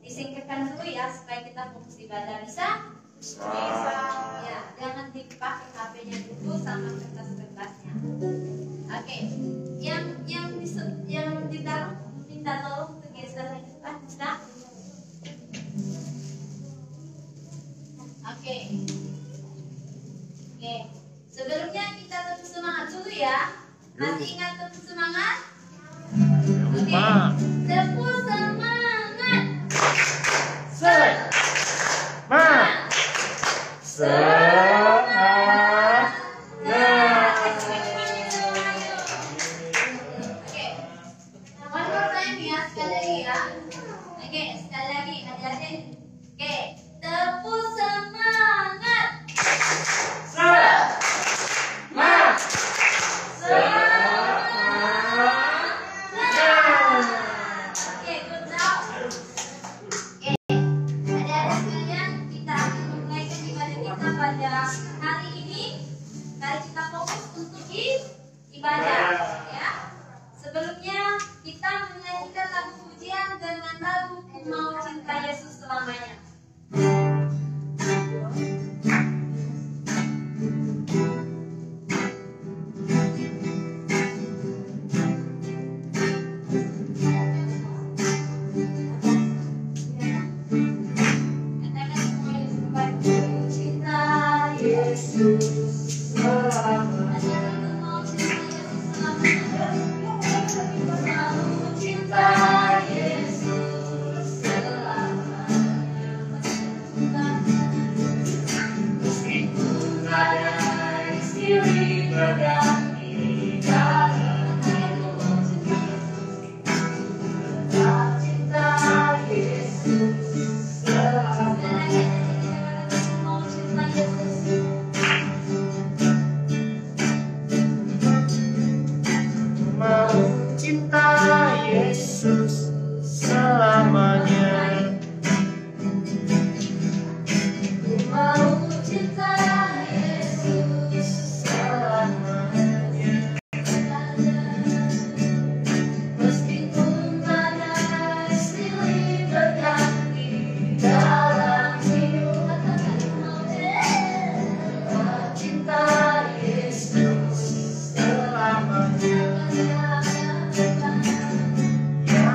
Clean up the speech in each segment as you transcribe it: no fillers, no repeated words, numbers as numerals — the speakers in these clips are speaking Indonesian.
disingkirkan dulu ya supaya kita fokus ibadah. Bisa? Bisa. Ya, jangan dipakai HP-nya dulu sama kertas-kertasnya. Oke. Yang ditaruh minta tolong untuk geser lagi, Pak. Bisa? Oke. Sebelumnya kita tetap semangat dulu ya. Masih ingat tetap semangat? Oke. Tepuk semangat. Semangat. Semangat. Oke. One more time ya, sekali lagi ya. Oke, sekali lagi adik-adik. Oke, tepuk semangat. Semangat. Oke, good job. Oke, adik-adik sekalian, kita akan memulaikan ibadah kita pada hari ini. Mari kita fokus untuk ibadah, ya. Sebelumnya kita menyanyikan lagu pujian dengan lagu Ku Mau Cinta Yesus Selamanya. Katakan semuanya dengan baik. Ku cinta Yesus selamanya. Ku mau cinta Yesus selamanya. Mau cinta Yesus selamanya. Meskipun ada istri berganti dalam hidup, tetap cinta Yesus selamanya. Mau cinta Yesus. Mau cinta Yesus selamanya. Ku mau cinta Yesus Selamanya. meskipun badai silih berganti dalam hidup. Mau cinta Yesus selamanya. Ya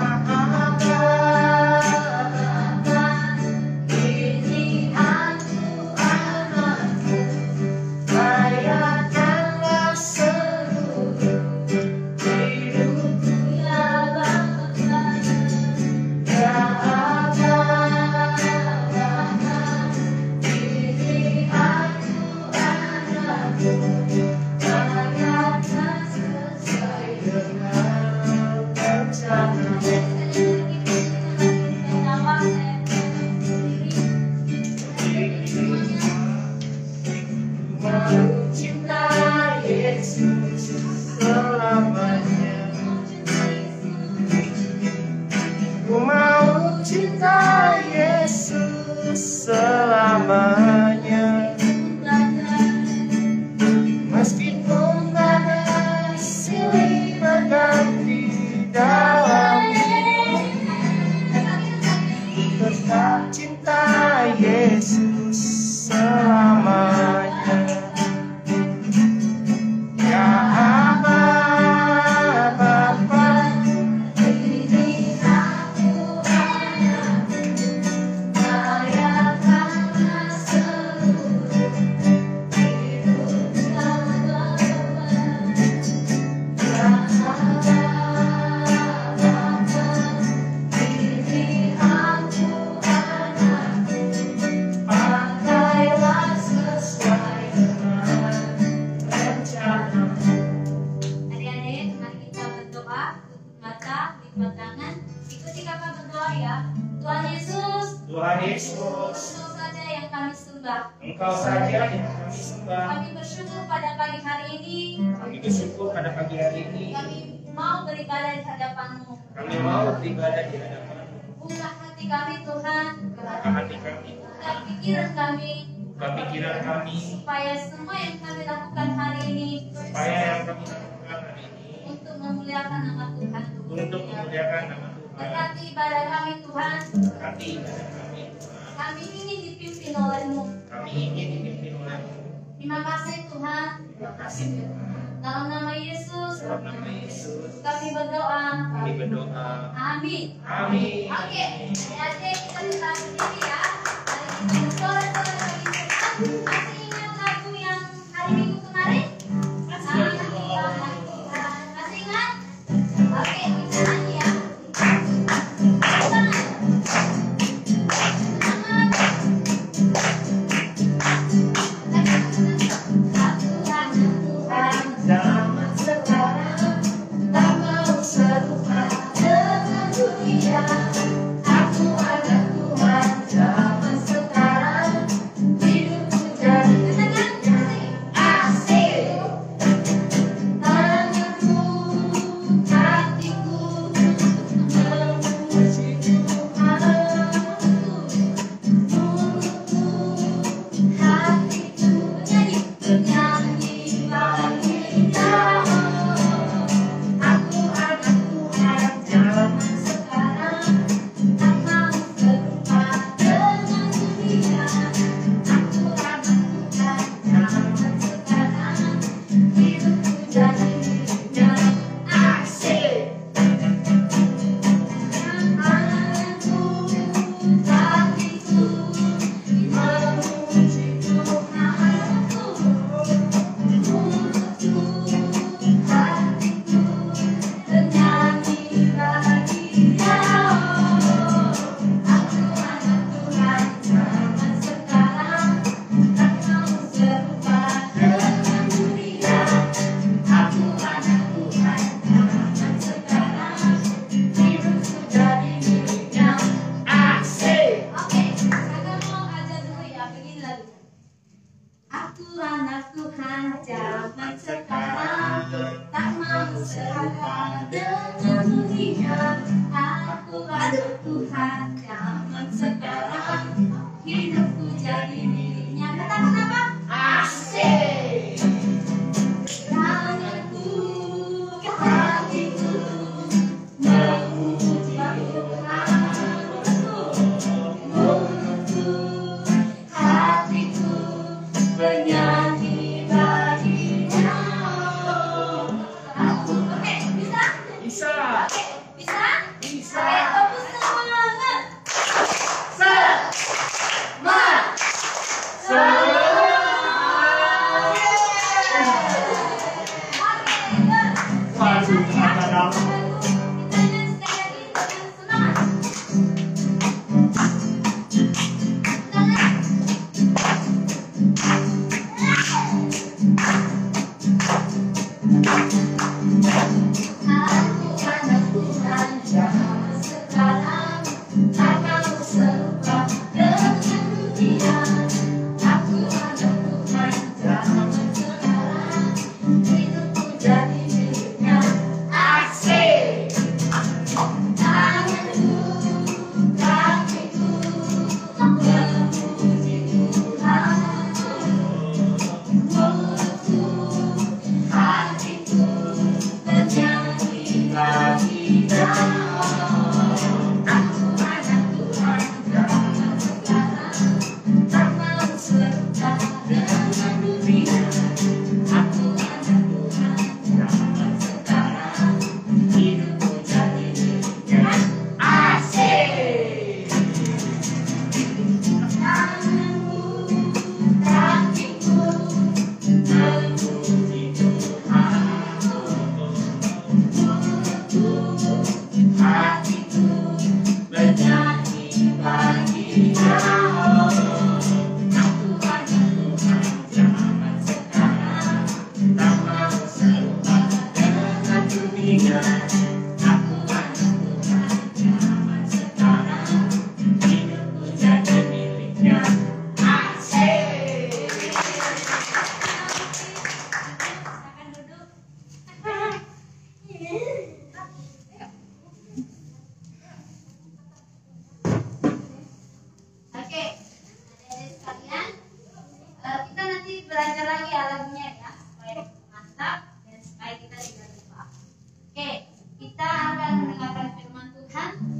Bapa, ini aku anakmu, layakanlah seluruh hidupku. Ya Bapa, Ya Bapa, ini aku anakmu, layakan sesuai dengan rencanamu. Mau cinta Yesus selamanya. Ku mau cinta Yesus selamanya. Meskipun badai silih berganti dalam hidup, tetap cinta Yesus selamanya. Ya Bapa, ini aku anakmu, layakanlah seluruh hidupku. Ya Bapa, ini aku anakmu, pakailah sesuai dengan rencanamu. Adik-adik, mari kita berdoa, tutup mata, lipat tangan, ikuti kakak berdoa ya. Tuhan Yesus, Tuhan Yesus, Engkau saja yang kami sembah. Engkau saja yang kami sembah. Kami bersyukur pada pagi hari ini, Kami bersyukur pada pagi hari ini. kami mau beribadah di hadapan-Mu. Kami mau beribadah di hadapan-Mu. Buka hati kami Tuhan, Buka hati kami, buka pikiran kami, buka pikiran kami, supaya semua yang kami lakukan hari ini supaya yang kami lakukan hari ini untuk memuliakan nama Tuhan. untuk memuliakan nama Tuhan. Berkati ibadah kami Tuhan. Berkati ibadah kami Tuhan. Kami ingin dipimpin oleh-Mu. Kami ingin dipimpin oleh-Mu. Terima kasih Tuhan. Terima kasih Tuhan. Dalam nama Yesus. Dalam nama Yesus. Kami berdoa. Kami berdoa. Amin. Amin. Oke, adik-adik kita tetap berdiri ya. Mari kita bersorak-sorak bagi Tuhan. Masih ingat lagu yang hari Minggu kemarin? Masih ingat? Oke, kita nyanyi ya. Semangat. Zaman sekarang tak mau serupa dengan dunia. Aku anak Tuhan zaman sekarang, hidupku jadi asik. Tanganku, hatiku memuji Tuhan. Mulutku, hatiku bernyanyi bagi Dia. Aku anak Tuhan zaman sekarang, tak mau serupa dengan dunia. Aku anak Tuhan zaman sekarang, hidupku jadi miliknya asik. Tanganku, hatiku memuji Tuhan. Mulutku, hatiku bernyanyi bagi Dia. Aku anak Tuhan zaman sekarang, tak mau serupa dengan dunia. Aku anak Tuhan zaman sekarang, hidupku jadi miliknya asik. Oke, kakak mau ajar dulu ya, begini lagu. Aku anak Tuhan zaman sekarang, tak mau serupa dengan dunia. Aku anak Tuhan zaman sekarang, hidupku jadi miliknya. Katakan apa? Asik. Tanganku, hatiku memuji Tuhan. Mulutku, hatiku bernyanyi bagi Dia. Oke, bisa? Bisa. Oke, bisa? Bisa. Oke, tepuk semangat. Oke, good. Waduh, kenapa dong? Kita nyanyi sekali lagi dengan semangat. Semangat. Aku anak Tuhan zaman sekarang, tak mau serupa dengan dunia. Aku anak Tuhan zaman sekarang, hidupku jadi miliknya asik. Tanganku, kakiku memuji Tuhan. Mulutku, hatiku bernyanyi bagi Dia. Aku anak Tuhan zaman sekarang, tak mau serupa dengan dunia. Aku anak Tuhan zaman sekarang, hidupku jadi miliknya asik. Tanganku, kakiku memuji Tuhan. Mulutku, hatiku bernyanyi bagi Dia. Aku anak Tuhan zaman sekarang, tak mau serupa dengan dunia. Aku anak Tuhan zaman sekarang, hidupku jadi miliknya asik. Silakan duduk. Oke, adik-adik sekalian, kita nanti belajar lagi ya lagunya ya, supaya mantap dan supaya kita tidak lupa. Oke, kita akan mendengarkan firman Tuhan.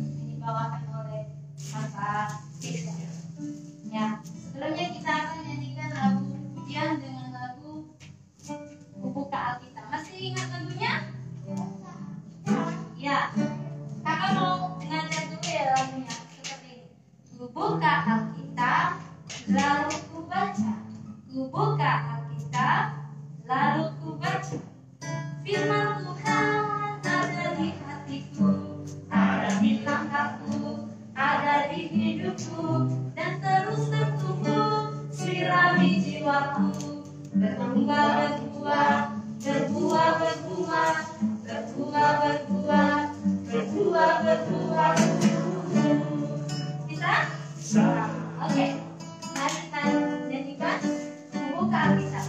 di hidupku dan terus bertumbuh, sirami jiwaku, berbuah, berbuah, berbuah, berbuah, berbuah, berbuah, berbuah, berbuah. Bisa? Oke, mari kita nyanyikan membuka Alkitab.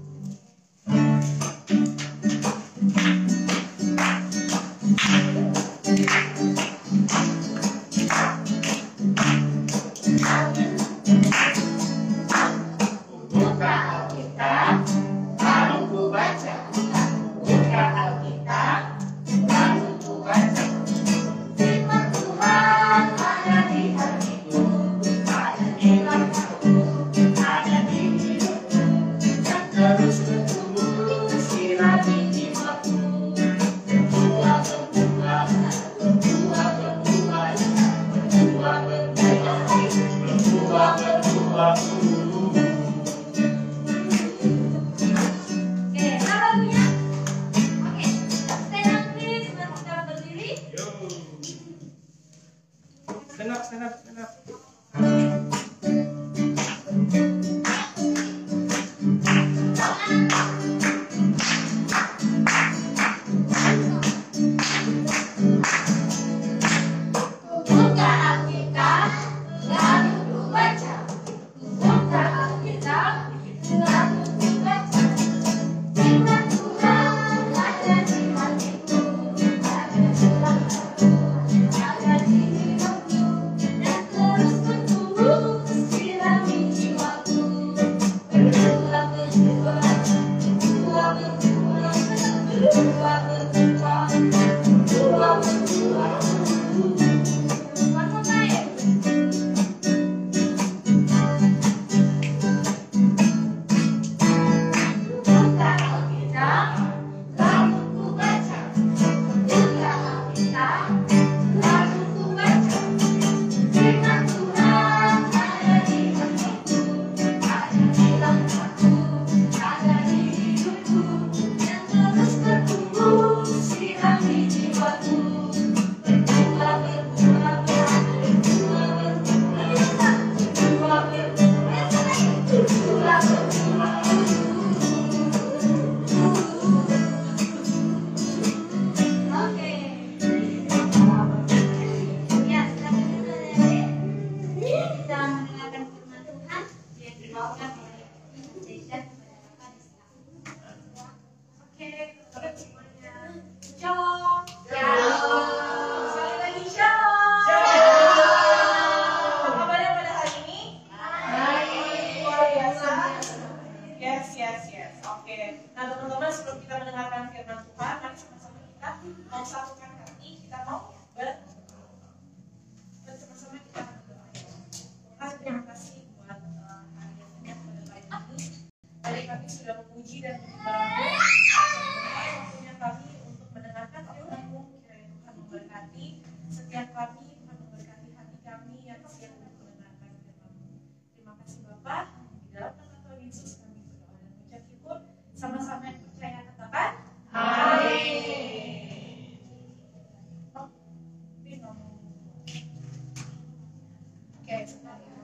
Buka Alkitab, lalu ku baca. Buka Alkitab, lalu ku baca. Firman Tuhan ada di hatiku, ada di langkahku, ada di hidupku, dan terus bertumbuh, sirami jiwaku. Berbuah, berbuah, berbuah, berbuah, berbuah, berbuah, berbuah, berbuah. Oke, apa lagunya? Oke, stand up please, mari kita berdiri. Stand up, stand up, stand up. Buka Alkitab, lalu ku baca. Buka Alkitab, lalu ku baca. Firman Tuhan ada di hatiku, ada di langkahku, ada di hidupku, dan terus bertumbuh, sirami jiwaku. Berbuah, berbuah, berbuah, berbuah, berbuah, berbuah, berbuah, berbuah. One more time. Buka Alkitab, lalu ku baca. Buka Alkitab, lalu ku baca. Firman Tuhan ada di hatiku, ada di langkahku, ada di hidupku, dan terus bertumbuh, sirami jiwaku. Berbuah, berbuah, berbuah, berbuah, berbuah, berbuah, berbuah. Oke. Ya, silakan saudara-saudari. Kita mendengarkan firman Tuhan yang dibawakan oleh Jason kepada Bapak di sebelah. Oke, semuanya. Shalom. Sekali lagi shalom. Apa kabarnya pada hari ini? Luar biasa. Yes. Oke. Nah, teman-teman, sebelum kita mendengarkan firman Tuhan, mari sama-sama kita mau satukan hati, kita mau bersama-sama kita berdoa. Terima kasih buat hari yang indah pada pagi ini. Tadi kami sudah memuji dan waktunya kami untuk mendengarkan firman-Mu. Kiranya Tuhan memberkati setiap kami, Tuhan memberkati hati kami yang siap untuk mendengarkan firman-Mu. Terima kasih Bapak. Di dalam nama Tuhan Yesus kami berdoa dan mengucap syukur. Sama-sama yang percaya katakan amin. Oh, ini ngomong. Oke, sebentar ya.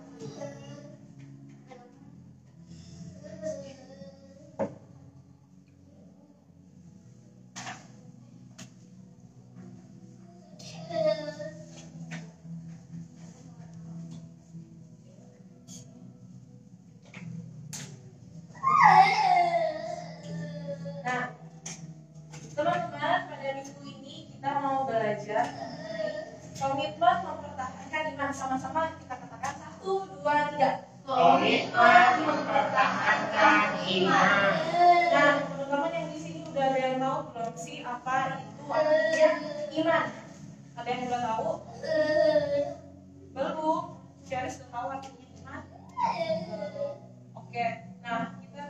Nah, teman-teman, pada minggu ini kita mau belajar mengenai komitmen mempertahankan iman. Sama-sama kita katakan 1, 2, 3. Komitmen mempertahankan iman. Nah, teman-teman yang di sini udah ada yang tahu belum sih apa itu artinya iman? Ada yang udah tahu? Belum? Charis udah tahu artinya iman? Oke, nah kita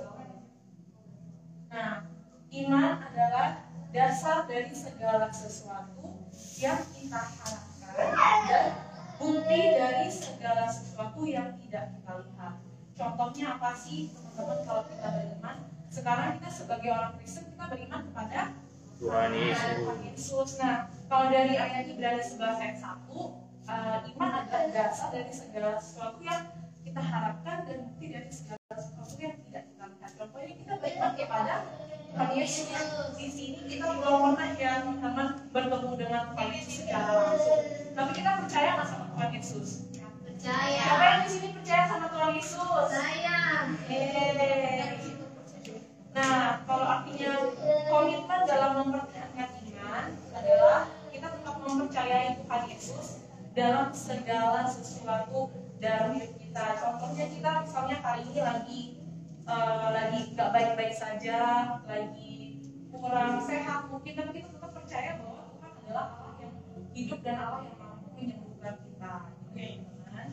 Nah, iman adalah dasar dari segala sesuatu yang kita harapkan dan bukti dari segala sesuatu yang tidak kita lihat. Contohnya apa sih teman-teman kalau kita beriman? Sekarang kita sebagai orang Kristen kita beriman kepada Tuhan Yesus. Tuhan Yesus. Nah, kalau dari ayat Ibrani 11 ayat 1, iman adalah dasar dari segala sesuatu yang kita harapkan dan bukti dari segala sesuatu yang tidak kita lihat. Contohnya kita beriman kepada Tuhan Yesus. Di sini kita belum pernah ya teman-teman bertemu dengan Tuhan Yesus secara langsung, tapi kita percaya nggak sama Tuhan Yesus? Percaya. Siapa yang di sini percaya sama Tuhan Yesus? Saya. Nah, kalau artinya komitmen dalam mempertahankan iman adalah kita tetap mempercayai Tuhan Yesus dalam segala sesuatu dalam hidup kita. Contohnya kita misalnya hari ini lagi nggak baik-baik saja, lagi kurang sehat mungkin, tapi kita tetap percaya bahwa Tuhan adalah Allah yang hidup dan Allah yang mampu menyembuhkan kita. Oke, teman.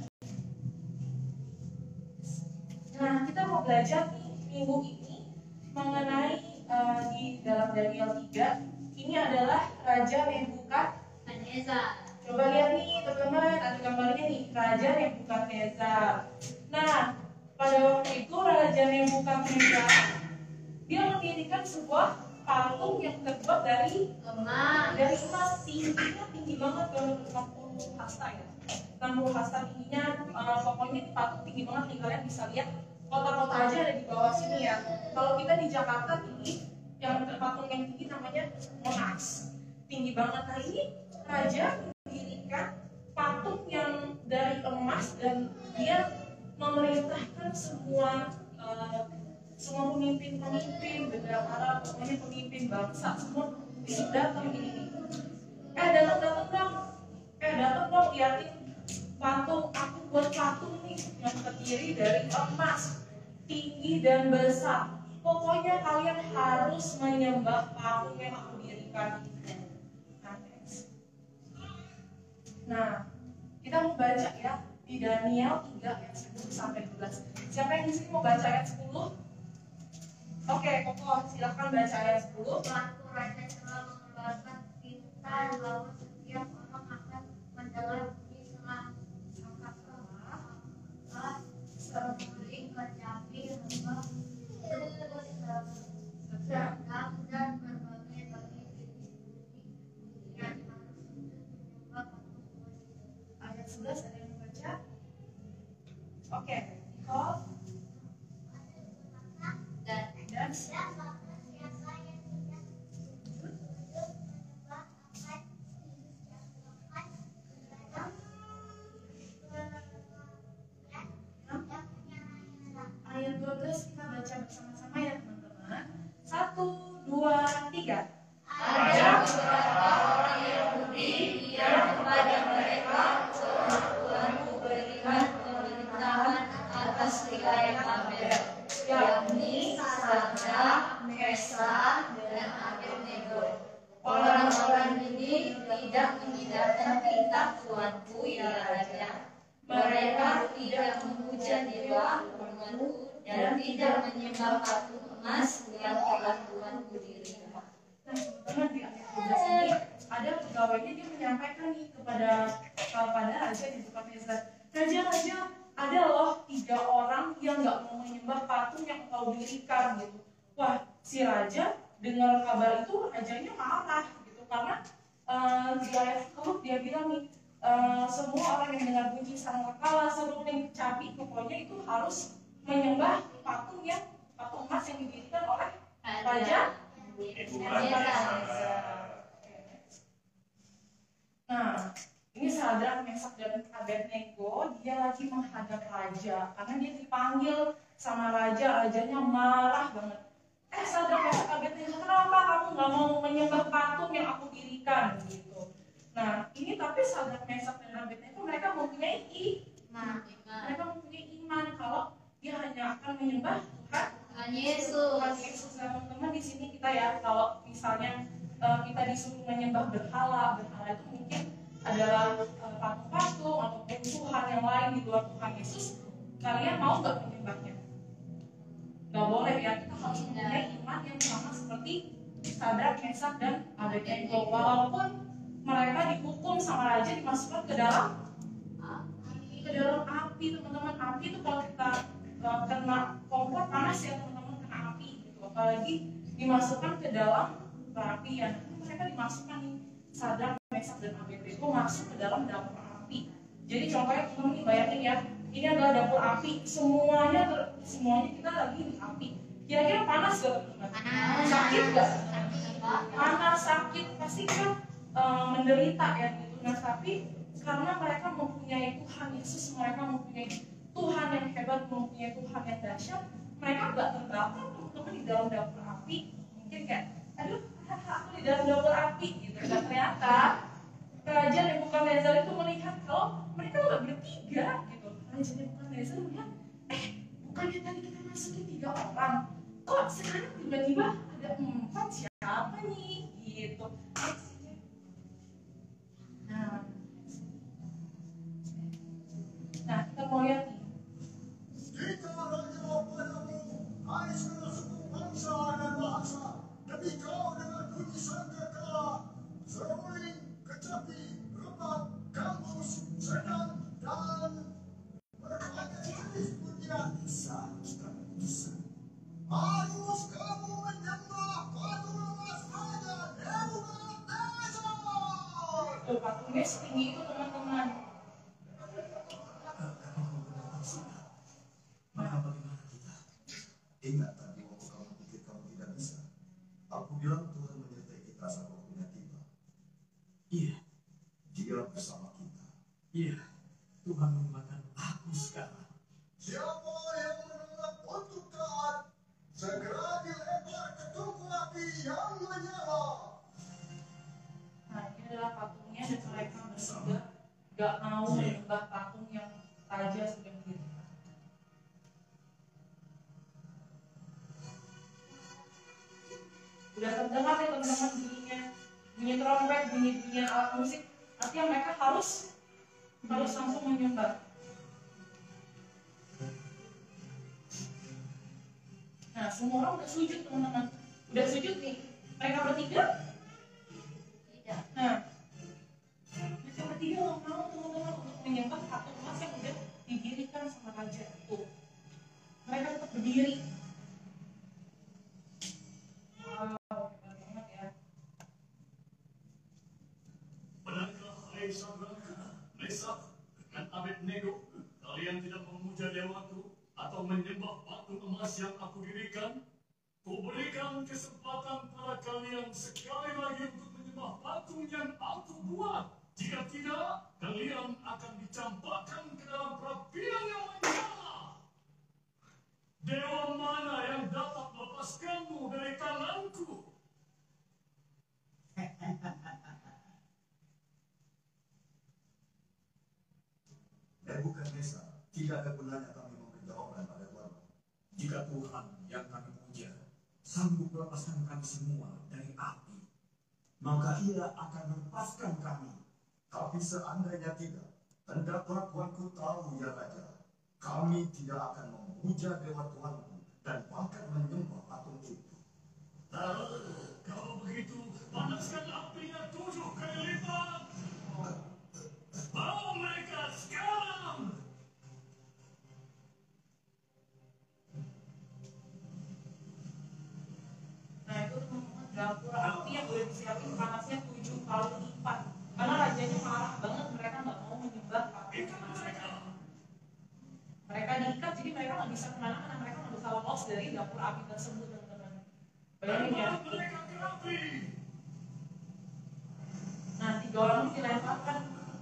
Nah, kita mau belajar nih minggu ini mengenai di dalam Daniel 3. Ini adalah Raja Nebukadnezar. Coba lihat nih teman-teman, ada gambarnya nih, Raja Nebukadnezar. Nah, pada waktu itu Raja Nebukadnezar dia mendirikan sebuah patung yang terbuat dari emas. Tinggi banget, 60 hasta ya. 60 hasta tingginya, pokoknya ini patung tinggi banget nih, kalian bisa lihat kota-kota aja ada di bawah sini ya. Kalau kita di Jakarta tinggi, yang patung yang tinggi namanya Monas, tinggi banget. Nah ini raja mendirikan patung yang dari emas dan dia memerintahkan semua pemimpin negara, pokoknya pemimpin bangsa semua bisa datang ini. Datang dong liatin patung, aku buat patung nih yang terdiri dari emas, tinggi dan besar. Pokoknya kalian harus menyembah patung yang aku dirikan. Nah, kita mau baca ya di Daniel 3 ayat 10 sampai 12. Siapa yang di sini mau baca ayat 10? Oke, Koko, silakan baca ayat 10. Suatu raja telah mengeluarkan perintah bahwa setiap orang akan mendengar bunyi selang sangkakala seruling kecapi hamba sedang dan berbagai bunyi yang harus menyembah patung. Ayat 11 ada yang baca? Oke, Nicole dan ayat 12 kita baca bersama-sama ya teman-teman. 1, 2, 3. Ada beberapa orang Yahudi yang kepada mereka Tuhanku berikan pemerintahan atas wilayah Babel, yakni Sadrak, Mesah, dan Abednego. Orang-orang ini tidak mengindahkan perintah Tuanku ya Raja. Mereka tidak memuja dewa Tuanku dan tidak menyembah patung emas yang telah Tuanku dirikan. Nah, teman-teman di ayat 12 ini ada pegawainya, dia menyampaikan nih kepada Raja Nebukadnezar, Raja, ada loh 3 orang yang nggak mau menyembah patung yang engkau dirikan gitu. Wah, si raja dengar kabar itu, rajanya marah gitu, karena di ayat 10 dia bilang nih, semua orang yang dengar bunyi sangkakala seruling kecapi, pokoknya itu harus menyembah patung emas yang didirikan oleh Raja Nebukadnezar. Nah, ini Sadrak, Mesak, dan Abednego dia lagi menghadap raja karena dia dipanggil sama raja, rajanya marah banget. Sadrak, Mesak, Abednego, kenapa kamu nggak mau menyembah patung yang aku dirikan gitu? Nah, ini tapi Sadrak, Mesak, dan Abednego mereka mempunyai iman kalau dia hanya akan menyembah Tuhan Yesus. Teman-teman di sini kita ya, kalau misalnya kita disuruh menyembah berhala itu mungkin adalah patung-patung ataupun Tuhan yang lain di luar Tuhan Yesus, kalian mau nggak menyembahnya? Nggak boleh ya, kita harus mempunyai iman yang sama seperti Sadrak, Mesak, dan Abednego. Walaupun mereka dihukum sama raja, dimasukkan ke dalam api, teman-teman. Api itu kalau kita kena kompor panas ya teman-teman, kena api gitu. Apalagi dimasukkan ke dalam perapian, mereka dimasukkan nih, Sadrak, Mesak, dan Abednego masuk ke dalam dapur api. Jadi contohnya teman-teman bayangin ya, ini adalah dapur api, semuanya kita lagi di api. Kira-kira panas gak teman-teman? Sakit gak? Panas, sakit, pasti kan menderita ya gitu. Nah tapi karena mereka mempunyai Tuhan Yesus, mereka mempunyai Tuhan yang hebat, mempunyai Tuhan yang dahsyat, mereka gak terbakar teman-teman di dalam dapur api. Mungkin kayak, aduh aku di dalam dapur api gitu. Dan ternyata Raja Nebukadnezar itu melihat kalau mereka nggak bertiga gitu. Raja Nebukadnezar melihat, bukannya tadi kita masukin 3 orang, kok sekarang tiba-tiba ada 4, siapa nih gitu. Nah kita mau lihat nih. Kita raja padamu, hai saudara suku bangsa dan bahasa, demi kau dengan bunyi sangkakala, seruling, kecapi, rebab, gambus, senang, dan berbagai jenis pujian bisa. Harus kamu menyembah patung emas raja Nebukadnezar. Patungnya setinggi itu teman-teman. Maka bagaimana kita? Ingat tadi waktu kamu pikir kamu tidak bisa. Aku bilang Tuhan menyertai kita saat waktunya tiba. Iya, Dia bersama kita. iya. Tuhan menggunakan aku sekarang. Siapa yang menolak untuk taat, segera dilempar ke tungku api yang menyala. Nah ini adalah patungnya dan mereka bertiga gak mau menyembah patung yang Raja sudah dirikan. Udah terdengar ya teman-teman bunyi trompet, bunyi alat musik. Artinya mereka harus langsung menyembah. Nah semua orang udah sujud teman-teman. Udah sujud nih. Mereka bertiga? Tidak. Nah mereka bertiga nggak mau teman-teman untuk menyembah patung emas yang udah didirikan sama raja itu. Mereka tetap berdiri. Benarkah hai Shadrach, Meshach, dan Abednego, kalian tidak memuja dewaku atau menyembah patung emas yang aku dirikan? Kuberikan kesempatan pada kalian sekali lagi untuk menyembah patung yang aku buat. Jika tidak, kalian akan dicampakkan ke dalam perapian yang menyala. Dewa mana yang dapat melepaskanmu dari tanganku? Nebukadnezar, tidak ada gunanya kami memberi jawaban pada Tuhan. Jika Tuhan yang kami puja sanggup melepaskan kami semua dari api, Maka ia akan melepaskan kami. Tapi seandainya tidak, hendaklah Tuanku tahu ya Raja, kami tidak akan memuja Dewa Tuanku dan bahkan menyembah patung itu. Kalau begitu, panaskan apinya 7 kali lipat. Bawa mereka sekarang. Nah itu teman-teman dapur api yang udah disiapin panasnya 7 kali lipat. Karena rajanya marah banget, mereka nggak mau menyembah patung emas. Mereka diikat, jadi mereka nggak bisa kemana-mana, mereka nggak bisa lolos dari dapur api tersebut teman-teman. Bayangin ya. Mereka ke api. Nah 3 orang ini dilemparkan.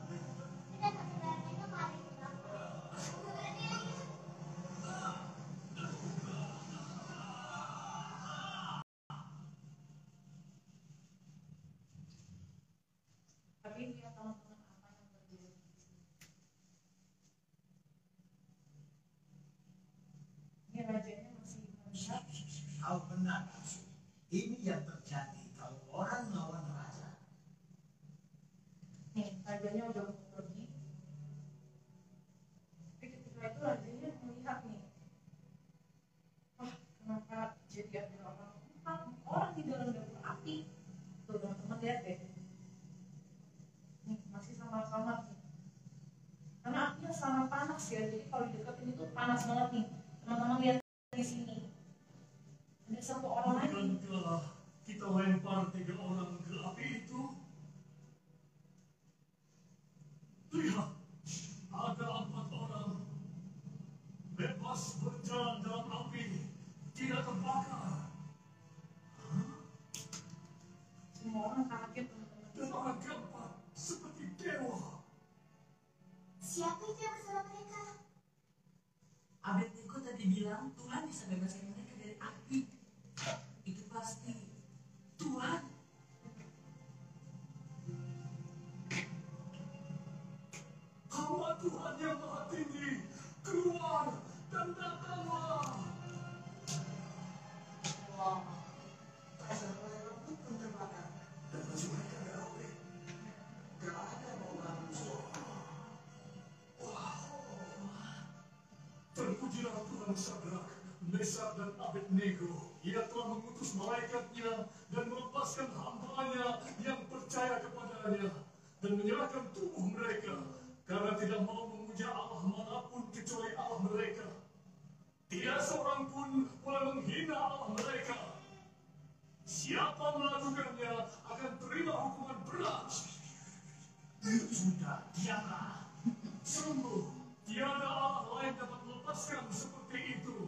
Tapi lihat teman-teman apa yang terjadi. Ini rajanya masih melihat. Kau benar, ini yang terjadi kalau orang melawan raja. Nih, rajanya udah mau pergi. Tapi ketika itu rajanya melihat nih. Wah, kenapa jadi ada orang di dalam dapur api? Tuh teman-teman lihat deh. Nih, masih sama-sama nih. Karena apinya sangat panas ya, jadi kalau dideketin itu panas banget nih. Teman-teman lihat di sini. Ada 1 orang lagi. Bukankah kita lempar 3 orang ke api itu? Lihat, ada 4 orang bebas berjalan dalam api, tidak terbakar. Semua orang kaget teman-teman. Dan orang keempat seperti dewa. Siapa itu yang bersama mereka? Abednego tadi bilang Tuhan bisa bebaskan mereka dari api. Itu pasti Tuhan. Hamba Tuhan yang Maha Tinggi, keluar dan datanglah. Wow. Pasar mereka pun terbakar. Dan baju mereka dirobek. Gak ada orang musuh. Terpujilah Tuhan Sadrak, Mesak dan Abednego. Ia telah mengutus malaikatnya dan melepaskan hambanya yang percaya kepadanya dan menyerahkan tubuh mereka karena tidak mau memuja Allah manapun kecuali Allah mereka. Tidak seorang pun boleh menghina Allah mereka. Siapa melakukannya akan terima hukuman berat. Sudah, diamlah. Sungguh, tiada Allah lain dapat melepaskan seperti itu.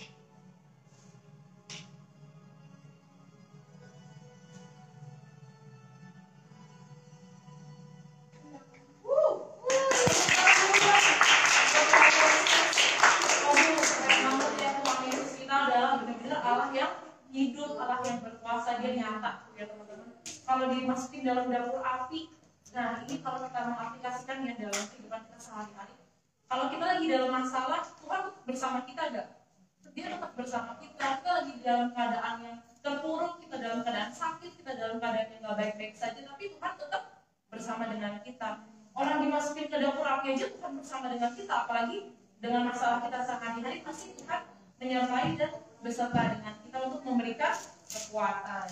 Kita adalah benar-benar Allah yang hidup, Allah yang berkuasa, dia nyata ya teman-teman. Kalau dimasukin dalam dapur api, nah ini kalau kita mengaplikasikan ya dalam kehidupan kita sehari-hari. Kalau kita lagi dalam masalah, Tuhan bersama kita enggak? Dia tetap bersama kita. Kita lagi di dalam keadaan yang terpuruk, kita dalam keadaan sakit, kita dalam keadaan yang nggak baik-baik saja, tapi Tuhan tetap bersama dengan kita. Orang dimasukin ke dapur api aja Tuhan bersama dengan kita, apalagi dengan masalah kita sehari-hari pasti Tuhan menyertai dan beserta dengan kita untuk memberikan kekuatan.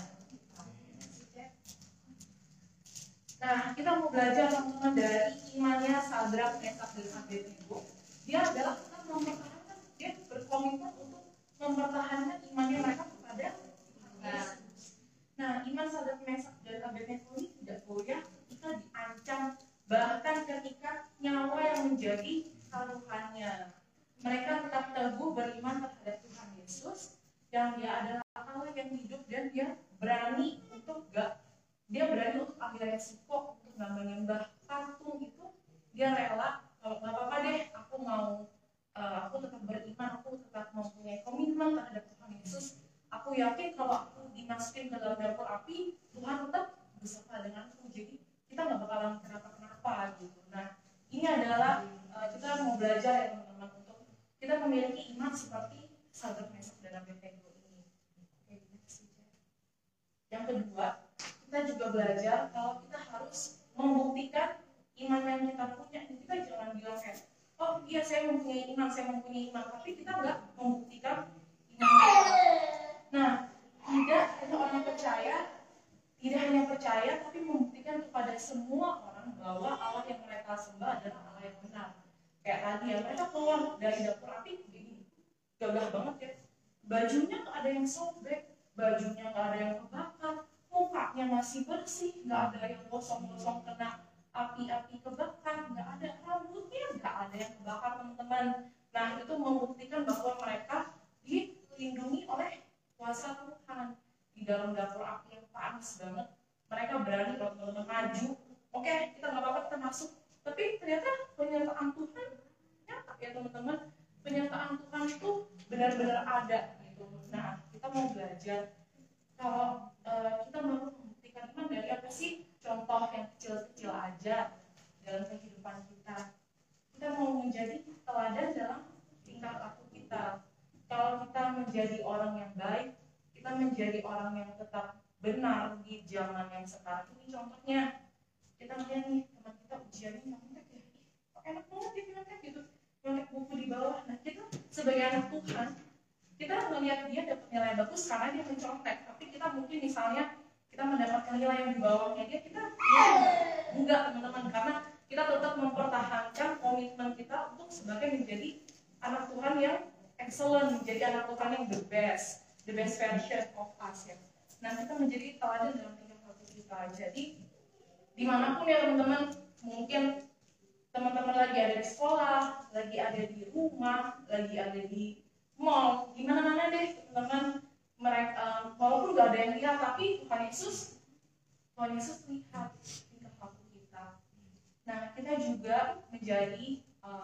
Nah, kita mau belajar teman-teman dari imannya Sadrak, Mesak, dan Abednego. Dia adalah tetap mempertahankan, dia berkomitmen untuk mempertahankan imannya mereka kepada Tuhan. Nah, iman Sadrak, Mesak, dan Abednego ini tidak goyah ketika diancam, bahkan ketika nyawa yang menjadi taruhannya. Mereka tetap teguh beriman terhadap Tuhan Yesus, yang dia adalah Allah yang hidup dan dia berani untuk ambil resiko untuk nggak menyembah patung itu. Dia rela, kalau nggak apa-apa deh, aku tetap beriman, aku tetap mempunyai komitmen terhadap Tuhan Yesus. Aku yakin kalau aku dimasukin ke dalam dapur api, Tuhan tetap beserta denganku. Jadi kita nggak bakalan kenapa-kenapa gitu. Nah, ini adalah kita mau belajar ya teman-teman untuk kita memiliki iman seperti Sadrak, Mesak, dan Abednego ini. Yang kedua, kita juga belajar kalau kita harus membuktikan iman yang kita punya. Kita jangan bilang kayak, oh iya saya mempunyai iman, tapi kita nggak membuktikan iman kita. Nah, tidak hanya percaya, tapi membuktikan kepada semua orang bahwa Allah yang mereka sembah adalah Allah yang benar. Kayak tadi ya, mereka keluar dari dapur api, begini, gagah banget ya. Bajunya nggak ada yang sobek, bajunya nggak ada yang kebakar, mukanya masih bersih, nggak ada yang gosong-gosong kena api-api kebakar, nggak ada rambutnya, nggak ada yang kebakar teman-teman. Nah, itu membuktikan bahwa mereka dilindungi oleh kuasa Tuhan. Di dalam dapur api yang panas banget, mereka berani loh teman-teman maju. Oke, kita nggak apa-apa, kita masuk. Tapi ternyata penyertaan Tuhan nyata ya teman-teman. Penyertaan Tuhan itu benar-benar ada gitu. Nah, kita mau belajar kalau kita mau membuktikan iman dari apa sih? Contoh yang kecil-kecil aja dalam kehidupan kita. Kita mau menjadi teladan dalam tingkah laku kita. Kalau kita menjadi orang yang baik, kita menjadi orang yang tetap benar di zaman yang sekarang ini. Contohnya, kita lihat nih teman kita ujiannya nyontek ya, kok enak banget dia nyontek gitu, nyontek buku di bawah. Nah, kita sebagai anak Tuhan, kita melihat dia dapat nilai bagus karena dia mencontek. Tapi kita mungkin misalnya kita mendapatkan nilai yang di bawahnya dia, kita enggak teman-teman, karena kita tetap mempertahankan komitmen kita untuk sebagai menjadi anak Tuhan yang excellent, menjadi anak Tuhan yang the best version of us ya. Nah, kita menjadi teladan dalam tingkah laku kita. Jadi dimanapun ya teman-teman, mungkin teman-teman lagi lagi ada di sekolah, lagi ada di rumah, lagi ada di mall, di mana-mana deh teman-teman. Mereka walaupun gak ada yang lihat, tapi Tuhan Yesus lihat tingkah laku kita. Nah, kita juga menjadi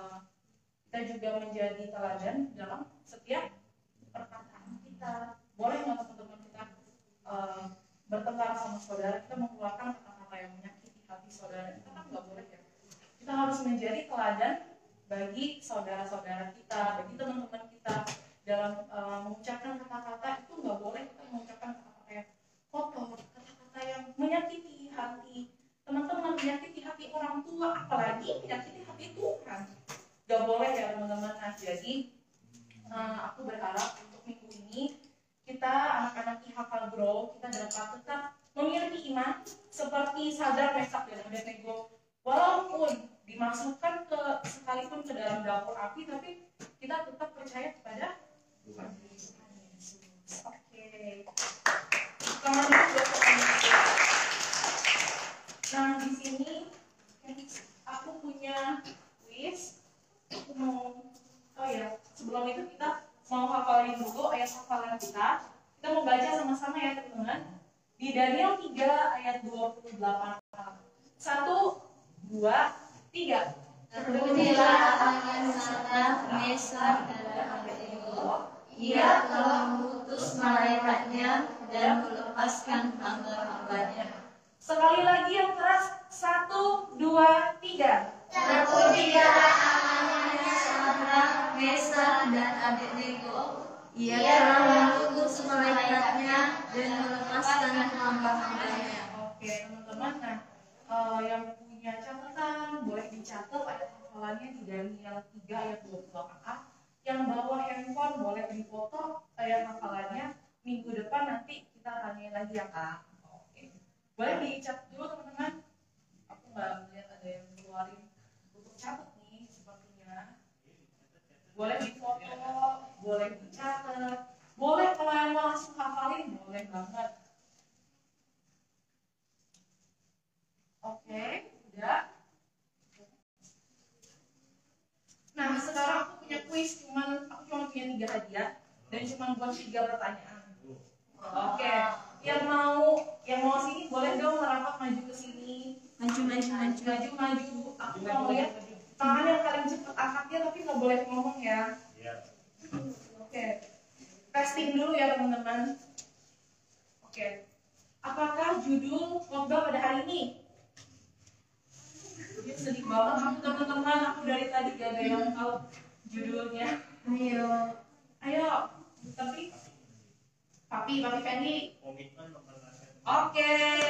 teladan dalam setiap perkataan kita. Boleh nggak teman-teman kita bertengkar sama saudara, kita mengeluarkan kata-kata yang menyakiti hati saudara? Kita kan nggak boleh ya. Kita harus menjadi teladan bagi saudara-saudara kita, bagi teman-teman kita dalam mengucapkan kata-kata. Itu nggak boleh kita mengucapkan kata-kata yang kotor, kata-kata yang menyakiti hati teman-teman, menyakiti hati orang tua, apalagi menyakiti hati Tuhan. Gak boleh ya teman-teman. Nah, jadi aku berharap untuk minggu ini kita anak-anak IHK Grow, kita dapat tetap memiliki iman seperti Sadrak, Mesak, dan Abednego. Walaupun dimasukkan sekalipun ke dalam dapur api, tapi kita tetap percaya kepada Tuhan Yesus. Oke. Nah, di sini aku punya quiz. Aku mau, sebelum itu kita mau hafalin dulu ayat hafalan kita. Kita mau baca sama-sama ya teman-teman. Di Daniel 3 ayat 28. 1, 2, 3. Terpujilah Allah yang Sadrak, Mesak, dan Abednego. Ia telah mengutus malaikatnya dan melepaskan hamba-hambanya. Sekali lagi yang keras. 1, 2, 3. Terpujilah Allah yang Sadrak, Mesak, dan Abednego. Ia telah mengutus malaikatnya dan melepaskan hamba-hambanya. Oke teman-teman, yang punya catatan boleh dicatat ayat hafalannya di Daniel 3 ayat 28. Yang bawa handphone boleh dipoto ayat hafalannya. Minggu depan nanti kita tanyain lagi ya Kak. Oke. Boleh dicat dulu teman-teman. Aku nggak melihat ada yang keluarin untuk catat nih sepertinya. Boleh difoto, boleh dicatat, boleh kalau yang mau langsung hafalin boleh banget. Oke, udah. Nah, sekarang aku punya kuis, aku cuma punya 3 hadiah dan cuma buat 3 pertanyaan. Oke, yang mau sini boleh dong merapat maju ke sini. Maju. Aku mau lihat tangan yang paling cepat angkatnya, tapi nggak boleh ngomong ya. Oke, testing dulu ya teman-teman. Oke, apakah judul khotbah pada hari ini? Dia sedih banget aku teman-teman, aku dari tadi gak ada yang tahu judulnya. Ayo, tapi Papi Fendi. Oke.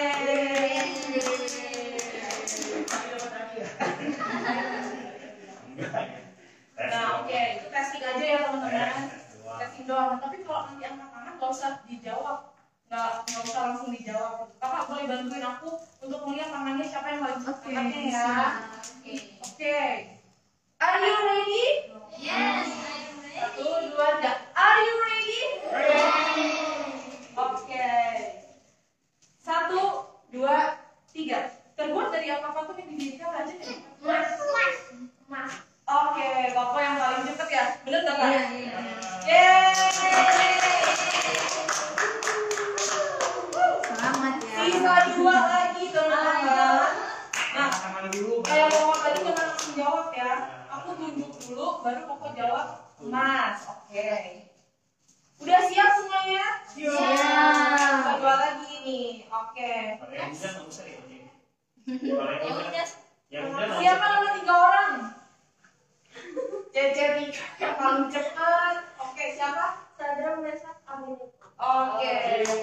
Nah, oke, itu testing aja ya teman-teman. Testing doang. Tapi kalau nanti angkat tangan nggak usah dijawab, nggak usah langsung dijawab. Kakak boleh bantuin aku untuk melihat tangannya siapa yang paling cepat angkatnya ya. Oke. Are you ready? Yes. 1, 2, 3. Are you ready? Ready. Oke. 1, 2, 3. Terbuat dari apa tuh yang didirikan aja nih? Emas. Oke, Koko yang paling cepet ya. Bener nggak Kak? Iya. Yeay. Selamat ya. Sisa 2 lagi teman-teman. Nah, kayak Koko tadi jangan langsung jawab ya. Aku tunjuk dulu, baru Koko jawab emas. Oke. Udah siap semuanya? Siap. 2 lagi nih. Oke. Ya udah. Siapa nama 3 orang? Cece 3 yang paling cepat. Oke, siapa? Sadrak, Mesak, Abednego. Oke.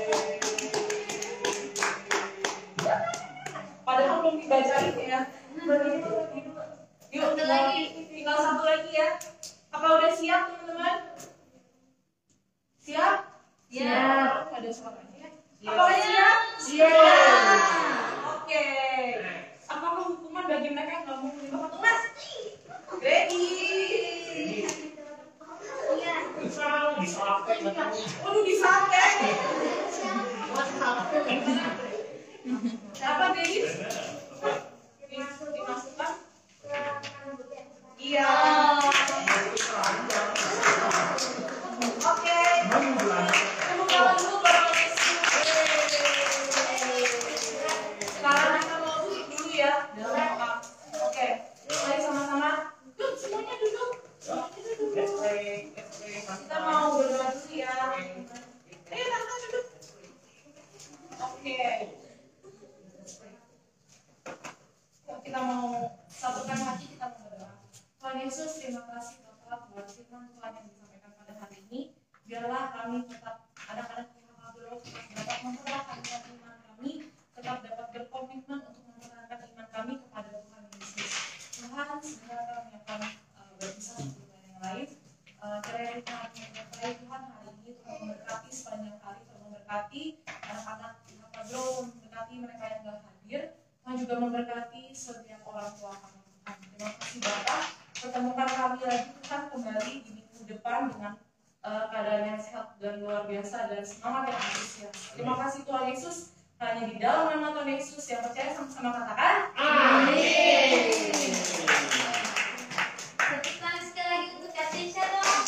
Padahal belum dibacain ya. Yuk, tinggal 1 lagi ya. Apa udah siap teman-teman? Siap? Siap. Ada suaranya ya? Apakah siap? Siap. Oke. Apakah hukuman bagi mereka yang nggak mau menyembah patung emas? Ready? Waduh, disamping. Siapa Dennis? Dimasukkan? Iya. Oke. Tepuk tangan dulu buat Yesus. Sekarang kita mau duduk dulu ya dalam doa. Oke. Mari sama-sama. Yuk, semuanya duduk. Kita mau berdoa dulu ya. Ayo, Tante duduk. Oke. Kita mau satukan hati, kita mau berdoa. Tuhan Yesus, terima kasih Bapak buat firman Tuhan yang disampaikan pada hari ini. Biarlah kami tetap anak-anak Tuhan Abdul dapat mempertahankan iman kami, tetap dapat berkomitmen untuk mempertahankan iman kami kepada Tuhan Yesus. Tuhan, segera kami akan berpisah satu dengan yang lain. Kiranya Tuhan memberkati Tuhan hari ini, Tuhan memberkati sepanjang hari, Tuhan memberkati anak-anak Tuhan Abdul, memberkati mereka yang telah hadir. Tuhan juga memberkati setiap orang tua kami. Tuhan, terima kasih Bapak. Pertemukan kami lagi Tuhan kembali di minggu depan dengan keadaan yang sehat dan luar biasa dan semangat yang antusias. Terima kasih Tuhan Yesus. Hanya di dalam nama Tuhan Yesus yang percaya sama-sama katakan amin. Tepuk tangan sekali lagi untuk Kapten Shalom.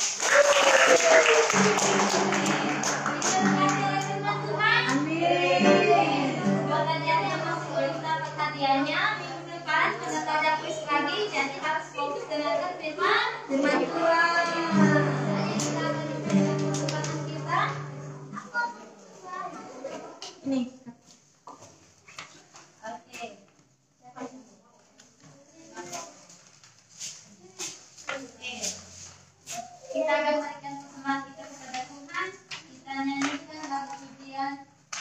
Buat kalian yang masih belum dapat hadiahnya, minggu depan sudah ada kuis lagi, jadi harus fokus dengarkan firman Tuhan. Jadi kita akan mempersiapkan kita. Ini. Oke. Kita akan berikan semangat kita kepada Tuhan. Kita nyanyikan lagu pujian.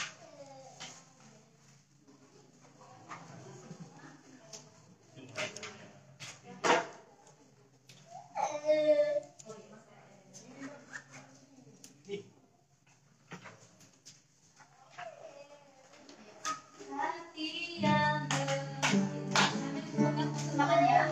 Hati yang semangat ya.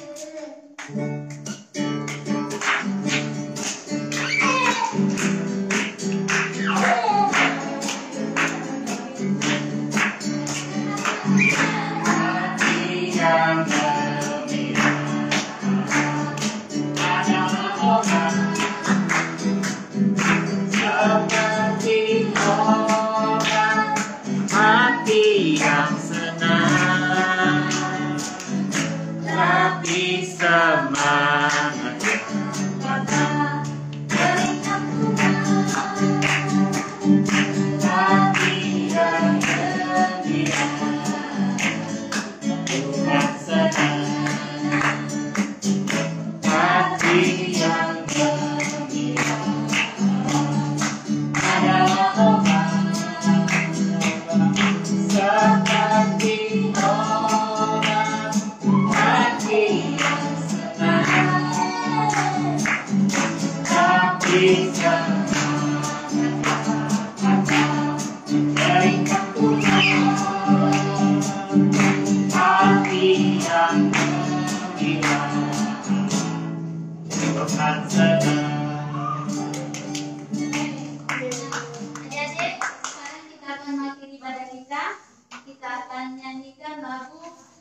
Adik-adik, sekarang kita akan mengakhiri ibadah kita. Kita akan nyanyikan lagu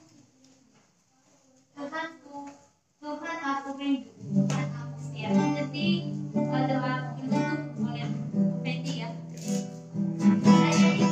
Tuhan aku rindu, Tuhan aku setia. Jadi adalah ditutup oleh Fendi ya. Saya itu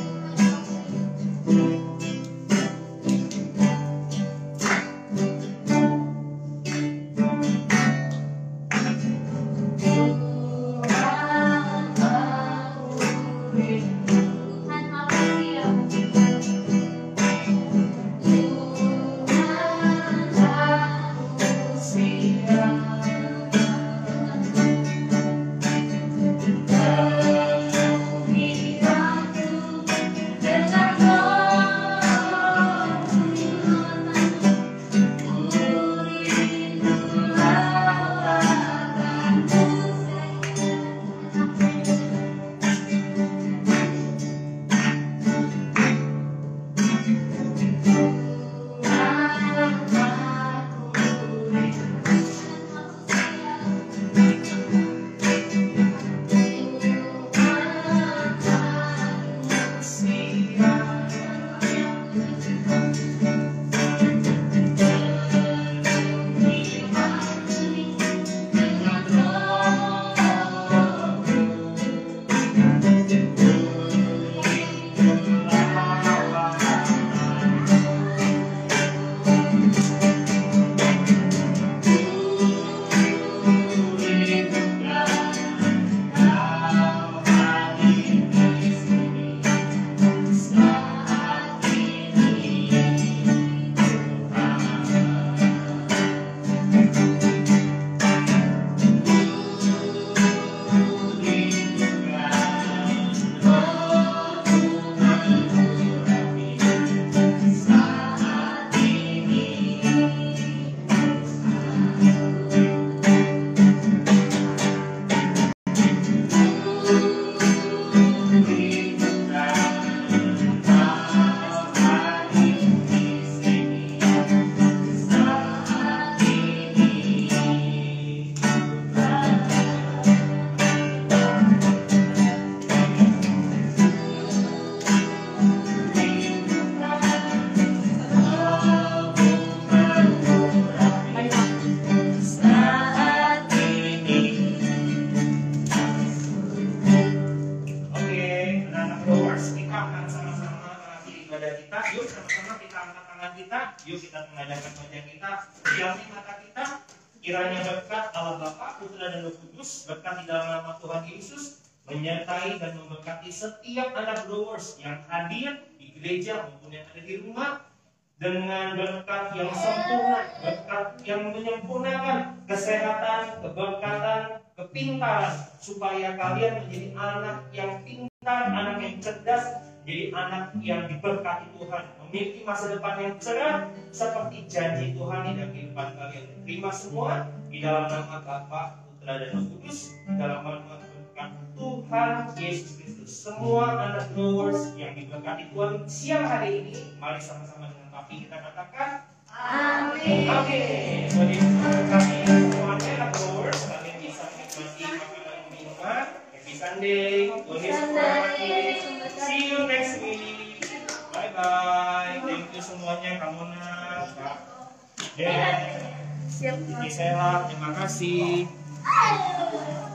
kita. Yuk kita mengadakan wajah kita, diamkan mata kita. Kiranya berkat Allah Bapa, Putra dan Roh Kudus, berkat di dalam nama Tuhan Yesus, menyertai dan memberkati setiap anak growers yang hadir di gereja maupun yang ada di rumah, dengan berkat yang sempurna, berkat yang menyempurnakan kesehatan, keberkatan, kepintaran, supaya kalian menjadi anak yang pintar, anak yang cerdas, jadi anak yang diberkati Tuhan, memiliki masa depan yang cerah seperti janji Tuhan di dalam kehidupan kalian. Terima semua di dalam nama Bapa, Putra dan Roh Kudus, di dalam nama Tuhan Yesus Kristus. Semua anak growers yang diberkati Tuhan siang hari ini, mari sama-sama dengan papi kita katakan amin. Amin. Jadi kami semuanya anak growers, kalian bisa menikmati makanan minuman. Happy Sunday. Tuhan Yesus memberkati. See you next week. Bye bye. Thank you semuanya. Kamona, Kak Den, Gisela, terima kasih.